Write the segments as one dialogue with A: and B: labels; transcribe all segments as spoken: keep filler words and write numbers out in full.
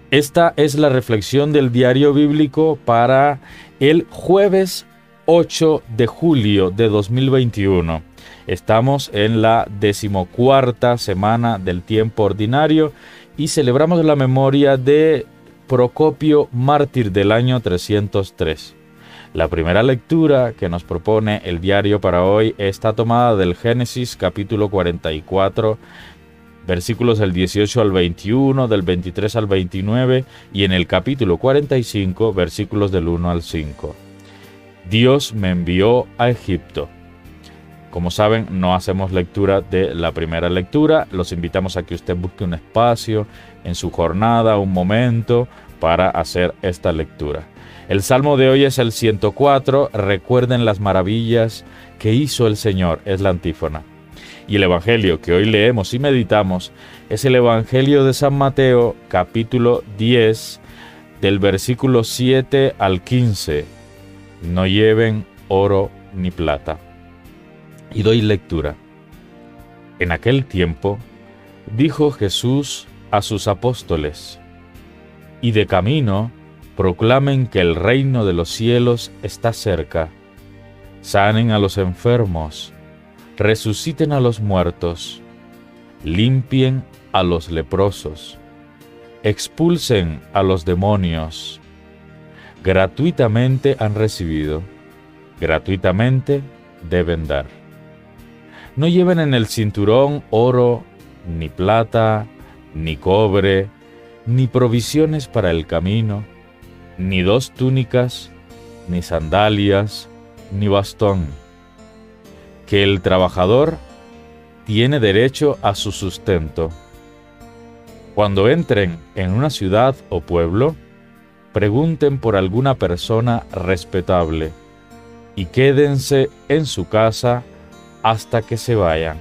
A: Esta es la reflexión del diario bíblico para el jueves ocho de julio de dos mil veintiuno. Estamos en la decimocuarta semana del tiempo ordinario y celebramos la memoria de Procopio, mártir del año trescientos tres. La primera lectura que nos propone el diario para hoy está tomada del Génesis capítulo cuarenta y cuatro, versículos del dieciocho al veintiuno, del veintitrés al veintinueve y en el capítulo cuarenta y cinco, versículos del uno al cinco. Dios me envió a Egipto. Como saben, no hacemos lectura de la primera lectura. Los invitamos a que usted busque un espacio en su jornada, un momento para hacer esta lectura. El salmo de hoy es el ciento cuatro. Recuerden las maravillas que hizo el Señor, es la antífona. Y el evangelio que hoy leemos y meditamos es el evangelio de San Mateo, capítulo diez, del versículo siete al quince. No lleven oro ni plata. Y doy lectura. En aquel tiempo, dijo Jesús a sus apóstoles: y de camino proclamen que el reino de los cielos está cerca. Sanen a los enfermos, resuciten a los muertos, limpien a los leprosos, expulsen a los demonios. Gratuitamente han recibido, gratuitamente deben dar. No lleven en el cinturón oro, ni plata, ni cobre, ni provisiones para el camino, ni dos túnicas, ni sandalias, ni bastón. Que el trabajador tiene derecho a su sustento. Cuando entren en una ciudad o pueblo, pregunten por alguna persona respetable y quédense en su casa hasta que se vayan.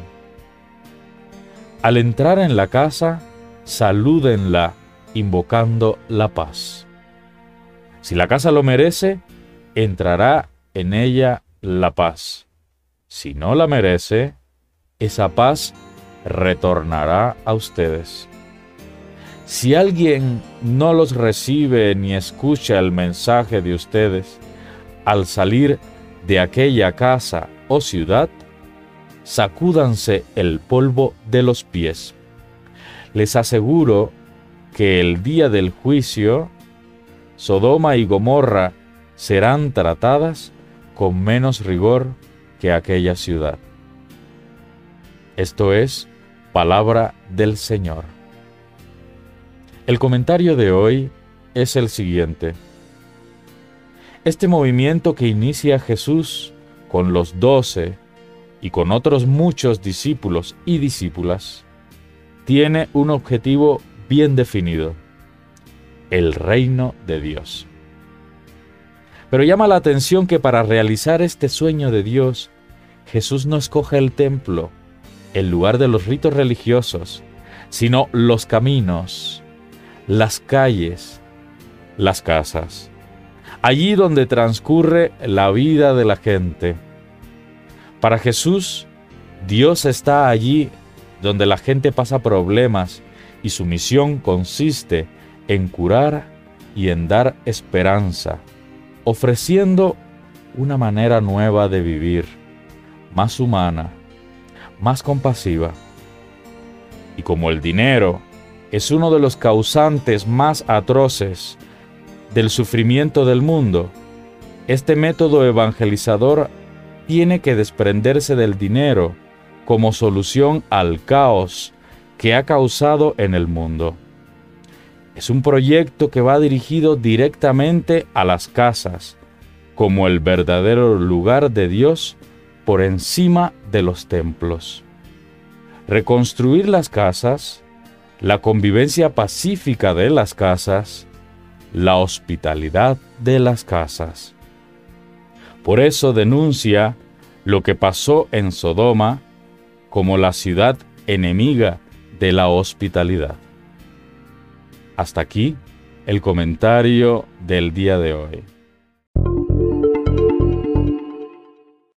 A: Al entrar en la casa, salúdenla invocando la paz. Si la casa lo merece, entrará en ella la paz. Si no la merece, esa paz retornará a ustedes. Si alguien no los recibe ni escucha el mensaje de ustedes, al salir de aquella casa o ciudad, sacúdanse el polvo de los pies. Les aseguro que el día del juicio, Sodoma y Gomorra serán tratadas con menos rigor que aquella ciudad. Esto es palabra del Señor. El comentario de hoy es el siguiente. Este movimiento que inicia Jesús con los doce y con otros muchos discípulos y discípulas tiene un objetivo bien definido: el reino de Dios. Pero llama la atención que para realizar este sueño de Dios, Jesús no escoge el templo, el lugar de los ritos religiosos, sino los caminos, las calles, las casas, allí donde transcurre la vida de la gente. Para Jesús, Dios está allí donde la gente pasa problemas y su misión consiste en curar y en dar esperanza, ofreciendo una manera nueva de vivir, más humana, más compasiva. Y como el dinero es uno de los causantes más atroces del sufrimiento del mundo, este método evangelizador tiene que desprenderse del dinero como solución al caos que ha causado en el mundo. Es un proyecto que va dirigido directamente a las casas, como el verdadero lugar de Dios por encima de los templos. Reconstruir las casas, la convivencia pacífica de las casas, la hospitalidad de las casas. Por eso denuncia lo que pasó en Sodoma como la ciudad enemiga de la hospitalidad. Hasta aquí el comentario del día de hoy.